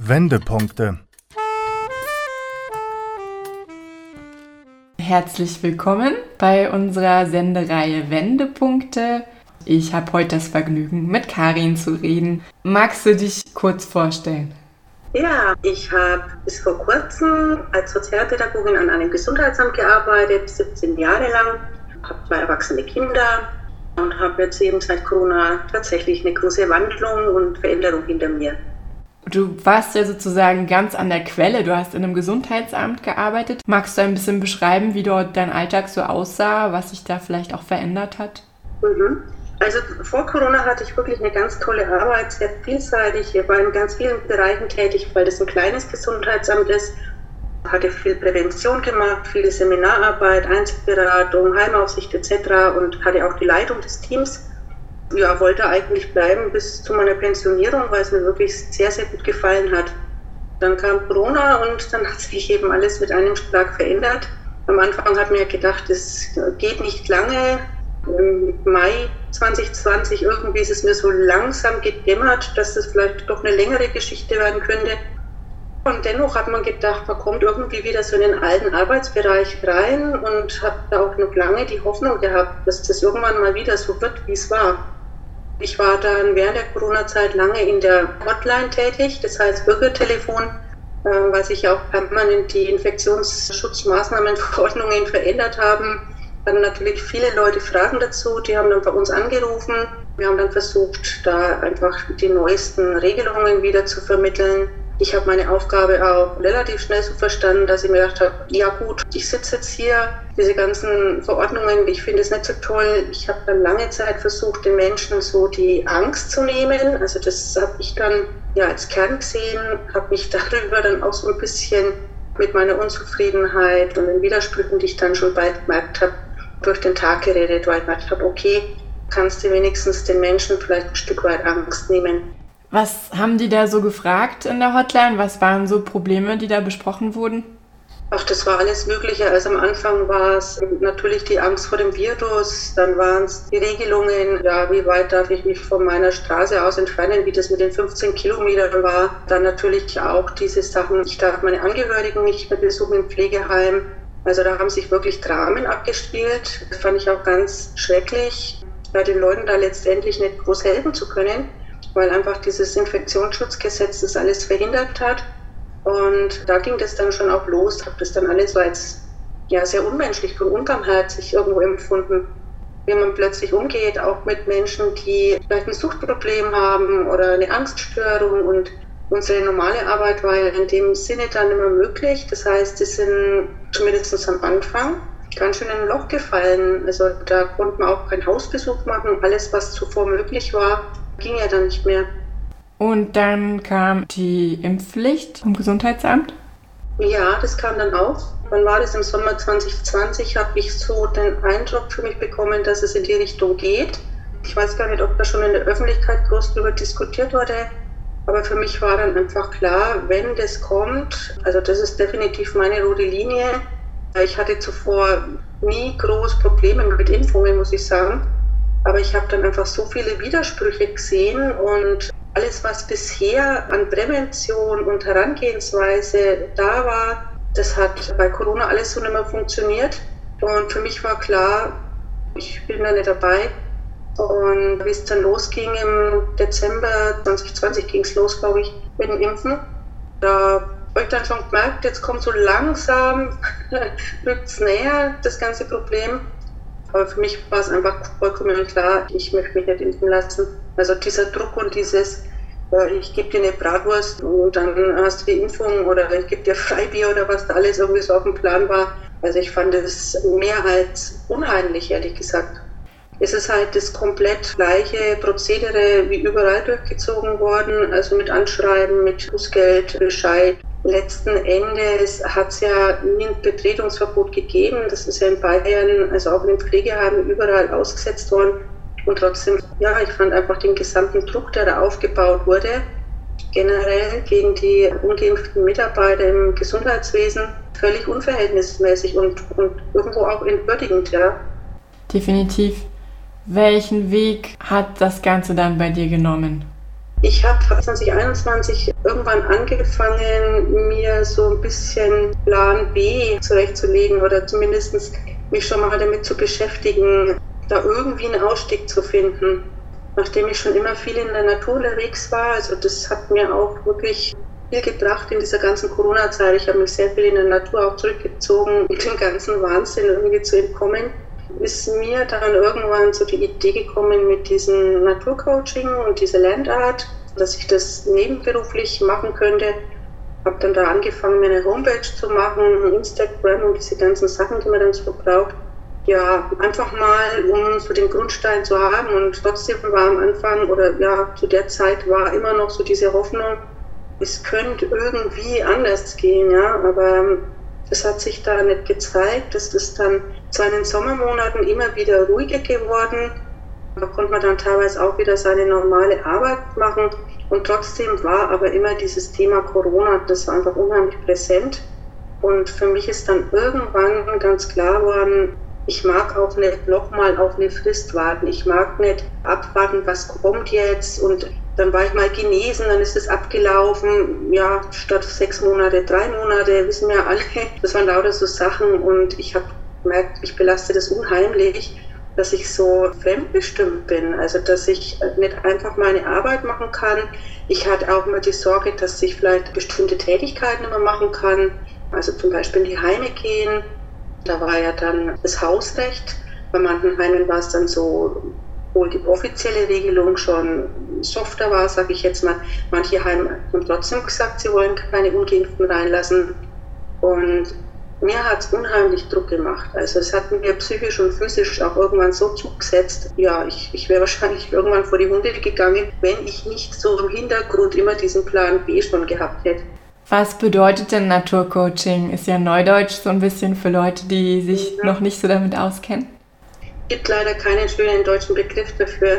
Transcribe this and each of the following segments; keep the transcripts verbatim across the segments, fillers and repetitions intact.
Wendepunkte. Herzlich willkommen bei unserer Sendereihe Wendepunkte. Ich habe heute das Vergnügen, mit Karin zu reden. Magst du dich kurz vorstellen? Ja, ich habe bis vor kurzem als Sozialpädagogin an einem Gesundheitsamt gearbeitet, siebzehn Jahre lang, habe zwei erwachsene Kinder und habe jetzt eben seit Corona tatsächlich eine große Wandlung und Veränderung hinter mir. Du warst ja sozusagen ganz an der Quelle, du hast in einem Gesundheitsamt gearbeitet. Magst du ein bisschen beschreiben, wie dort dein Alltag so aussah, was sich da vielleicht auch verändert hat? Mhm. Also vor Corona hatte ich wirklich eine ganz tolle Arbeit, sehr vielseitig. Ich war in ganz vielen Bereichen tätig, weil das ein kleines Gesundheitsamt ist. Ich hatte viel Prävention gemacht, viele Seminararbeit, Einzelberatung, Heimaufsicht et cetera und hatte auch die Leitung des Teams. Ja, wollte eigentlich bleiben bis zu meiner Pensionierung, weil es mir wirklich sehr, sehr gut gefallen hat. Dann kam Corona und dann hat sich eben alles mit einem Schlag verändert. Am Anfang hat mir gedacht, es geht nicht lange. Im Mai zwanzig zwanzig irgendwie ist es mir so langsam gedämmert, dass das vielleicht doch eine längere Geschichte werden könnte. Und dennoch hat man gedacht, man kommt irgendwie wieder so in den alten Arbeitsbereich rein und habe da auch noch lange die Hoffnung gehabt, dass das irgendwann mal wieder so wird, wie es war. Ich war dann während der Corona-Zeit lange in der Hotline tätig, das heißt Bürgertelefon, weil sich ja auch permanent die Infektionsschutzmaßnahmenverordnungen verändert haben. Dann natürlich viele Leute Fragen dazu, die haben dann bei uns angerufen. Wir haben dann versucht, da einfach die neuesten Regelungen wieder zu vermitteln. Ich habe meine Aufgabe auch relativ schnell so verstanden, dass ich mir gedacht habe, ja gut, ich sitze jetzt hier, diese ganzen Verordnungen, ich finde es nicht so toll. Ich habe dann lange Zeit versucht, den Menschen so die Angst zu nehmen. Also das habe ich dann ja als Kern gesehen, habe mich darüber dann auch so ein bisschen mit meiner Unzufriedenheit und den Widersprüchen, die ich dann schon bald gemerkt habe, durch den Tag geredet, weil ich gedacht habe, okay, kannst du wenigstens den Menschen vielleicht ein Stück weit Angst nehmen. Was haben die da so gefragt in der Hotline? Was waren so Probleme, die da besprochen wurden? Ach, das war alles Mögliche. Also am Anfang war es natürlich die Angst vor dem Virus, dann waren es die Regelungen, ja, wie weit darf ich mich von meiner Straße aus entfernen, wie das mit den fünfzehn Kilometern war. Dann natürlich auch diese Sachen, ich darf meine Angehörigen nicht mehr besuchen im Pflegeheim. Also da haben sich wirklich Dramen abgespielt. Das fand ich auch ganz schrecklich, bei den Leuten da letztendlich nicht groß helfen zu können, weil einfach dieses Infektionsschutzgesetz das alles verhindert hat. Und da ging das dann schon auch los, habe das dann alles so als ja, sehr unmenschlich und unbarmherzig irgendwo empfunden. Wie man plötzlich umgeht, auch mit Menschen, die vielleicht ein Suchtproblem haben oder eine Angststörung. Und unsere normale Arbeit war ja in dem Sinne dann immer möglich. Das heißt, die sind zumindest am Anfang ganz schön in ein Loch gefallen. Also da konnte man auch keinen Hausbesuch machen. Alles, was zuvor möglich war, ging ja dann nicht mehr. Und dann kam die Impfpflicht vom Gesundheitsamt? Ja, das kam dann auch. Wann war das? Im Sommer zwanzig zwanzig habe ich so den Eindruck für mich bekommen, dass es in die Richtung geht. Ich weiß gar nicht, ob da schon in der Öffentlichkeit groß darüber diskutiert wurde. Aber für mich war dann einfach klar, wenn das kommt, also das ist definitiv meine rote Linie. Ich hatte zuvor nie groß Probleme mit Impfungen, muss ich sagen. Aber ich habe dann einfach so viele Widersprüche gesehen und alles, was bisher an Prävention und Herangehensweise da war, das hat bei Corona alles so nicht mehr funktioniert. Und für mich war klar, ich bin da nicht dabei. Und wie es dann losging im Dezember zwanzig zwanzig ging es los, glaube ich, mit dem Impfen. Da habe ich dann schon gemerkt, jetzt kommt so langsam, rückt es näher, das ganze Problem. Aber für mich war es einfach vollkommen klar, ich möchte mich nicht impfen lassen. Also dieser Druck und dieses, äh, ich gebe dir eine Bratwurst und dann hast du die Impfung oder ich gebe dir Freibier oder was da alles irgendwie so auf dem Plan war. Also ich fand es mehr als unheimlich, ehrlich gesagt. Es ist halt das komplett gleiche Prozedere wie überall durchgezogen worden, also mit Anschreiben, mit Bußgeld, Bescheid. Letzten Endes hat es ja nie ein Betretungsverbot gegeben. Das ist ja in Bayern, also auch in den Pflegeheimen, überall ausgesetzt worden. Und trotzdem, ja, ich fand einfach den gesamten Druck, der da aufgebaut wurde, generell gegen die ungeimpften Mitarbeiter im Gesundheitswesen, völlig unverhältnismäßig und, und irgendwo auch entwürdigend, ja. Definitiv. Welchen Weg hat das Ganze dann bei dir genommen? Ich habe zwanzig einundzwanzig irgendwann angefangen, mir so ein bisschen Plan B zurechtzulegen oder zumindest mich schon mal damit zu beschäftigen, da irgendwie einen Ausstieg zu finden. Nachdem ich schon immer viel in der Natur unterwegs war, also das hat mir auch wirklich viel gebracht in dieser ganzen Corona-Zeit. Ich habe mich sehr viel in der Natur auch zurückgezogen, um dem ganzen Wahnsinn irgendwie zu entkommen. Ist mir dann irgendwann so die Idee gekommen mit diesem Naturcoaching und dieser Landart, dass ich das nebenberuflich machen könnte. Habe dann da angefangen, mir eine Homepage zu machen, Instagram und diese ganzen Sachen, die man dann so braucht. Ja, einfach mal, um so den Grundstein zu haben. Und trotzdem war am Anfang oder ja, zu der Zeit war immer noch so diese Hoffnung, es könnte irgendwie anders gehen, ja, aber das hat sich da nicht gezeigt. Das ist dann zu den Sommermonaten immer wieder ruhiger geworden. Da konnte man dann teilweise auch wieder seine normale Arbeit machen. Und trotzdem war aber immer dieses Thema Corona, das war einfach unheimlich präsent. Und für mich ist dann irgendwann ganz klar geworden, ich mag auch nicht nochmal auf eine Frist warten. Ich mag nicht abwarten, was kommt jetzt. Und dann war ich mal genesen, dann ist es abgelaufen. Ja, statt sechs Monate, drei Monate, wissen wir alle. Das waren lauter so Sachen. Und ich habe gemerkt, ich belaste das unheimlich, dass ich so fremdbestimmt bin. Also, dass ich nicht einfach meine Arbeit machen kann. Ich hatte auch immer die Sorge, dass ich vielleicht bestimmte Tätigkeiten immer machen kann. Also zum Beispiel in die Heime gehen. Da war ja dann das Hausrecht. Bei manchen Heimen war es dann so, obwohl die offizielle Regelung schon softer war, sage ich jetzt mal. Manche Heime haben trotzdem gesagt, sie wollen keine Ungeimpften reinlassen. Und mir hat es unheimlich Druck gemacht. Also es hat mir psychisch und physisch auch irgendwann so zugesetzt. Ja, ich, ich wäre wahrscheinlich irgendwann vor die Hunde gegangen, wenn ich nicht so im Hintergrund immer diesen Plan B schon gehabt hätte. Was bedeutet denn Naturcoaching? Ist ja Neudeutsch so ein bisschen für Leute, die sich ja. noch nicht so damit auskennen. Es gibt leider keinen schönen deutschen Begriff dafür.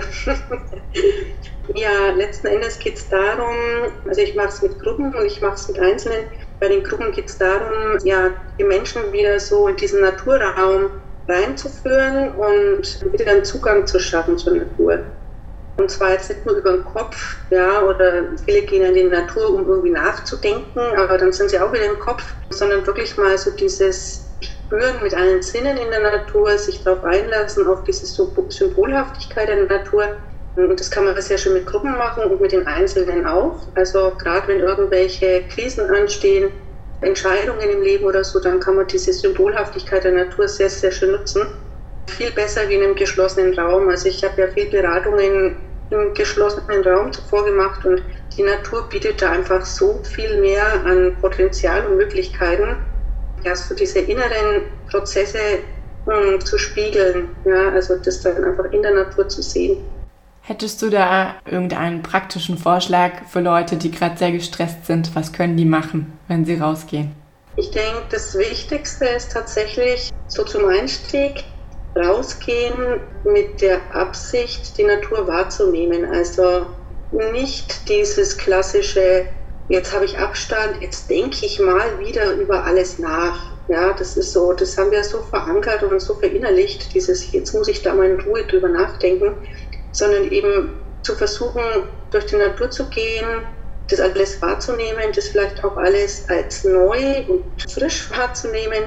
Ja, letzten Endes geht es darum, also ich mache es mit Gruppen und ich mache es mit Einzelnen. Bei den Gruppen geht es darum, ja, die Menschen wieder so in diesen Naturraum reinzuführen und wieder einen Zugang zu schaffen zur Natur. Und zwar jetzt nicht nur über den Kopf, ja, oder viele gehen in die Natur, um irgendwie nachzudenken, aber dann sind sie auch wieder im Kopf, sondern wirklich mal so dieses Spüren mit allen Sinnen in der Natur, sich darauf einlassen, auf diese Symbolhaftigkeit der Natur. Und das kann man sehr schön mit Gruppen machen und mit den Einzelnen auch. Also gerade wenn irgendwelche Krisen anstehen, Entscheidungen im Leben oder so, dann kann man diese Symbolhaftigkeit der Natur sehr, sehr schön nutzen. Viel besser wie in einem geschlossenen Raum. Also ich habe ja viel Beratungen im geschlossenen Raum zuvor gemacht und die Natur bietet da einfach so viel mehr an Potenzial und Möglichkeiten, ja, so diese inneren Prozesse mh, zu spiegeln, ja, also das dann einfach in der Natur zu sehen. Hättest du da irgendeinen praktischen Vorschlag für Leute, die gerade sehr gestresst sind? Was können die machen, wenn sie rausgehen? Ich denke, das Wichtigste ist tatsächlich so zum Einstieg, rausgehen mit der Absicht, die Natur wahrzunehmen. Also nicht dieses klassische, jetzt habe ich Abstand, jetzt denke ich mal wieder über alles nach. Ja, das ist so, das haben wir so verankert und so verinnerlicht, dieses, jetzt muss ich da mal in Ruhe drüber nachdenken, sondern eben zu versuchen, durch die Natur zu gehen, das alles wahrzunehmen, das vielleicht auch alles als neu und frisch wahrzunehmen.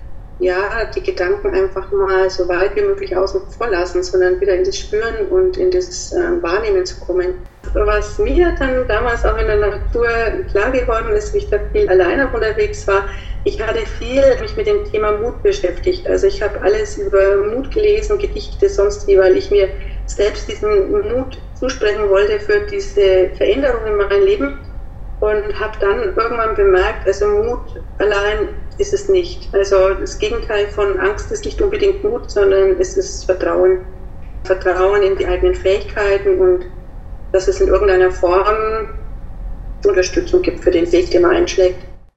Ja, die Gedanken einfach mal so weit wie möglich außen vor lassen, sondern wieder in das Spüren und in das äh, Wahrnehmen zu kommen. Was mir dann damals auch in der Natur klar geworden ist, wie ich da viel alleine unterwegs war, ich hatte viel mich mit dem Thema Mut beschäftigt. Also ich habe alles über Mut gelesen, Gedichte, sonst wie, weil ich mir selbst diesen Mut zusprechen wollte für diese Veränderung in meinem Leben. Und habe dann irgendwann bemerkt, also Mut allein ist es nicht. Also das Gegenteil von Angst ist nicht unbedingt Mut, sondern es ist Vertrauen. Vertrauen in die eigenen Fähigkeiten und dass es in irgendeiner Form Unterstützung gibt für den Weg, den man einschlägt.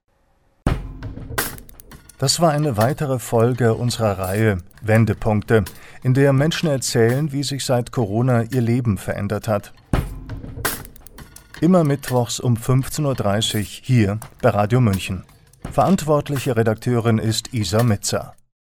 Das war eine weitere Folge unserer Reihe Wendepunkte, in der Menschen erzählen, wie sich seit Corona ihr Leben verändert hat. Immer mittwochs um fünfzehn Uhr dreißig hier bei Radio München. Verantwortliche Redakteurin ist Isa Metzer.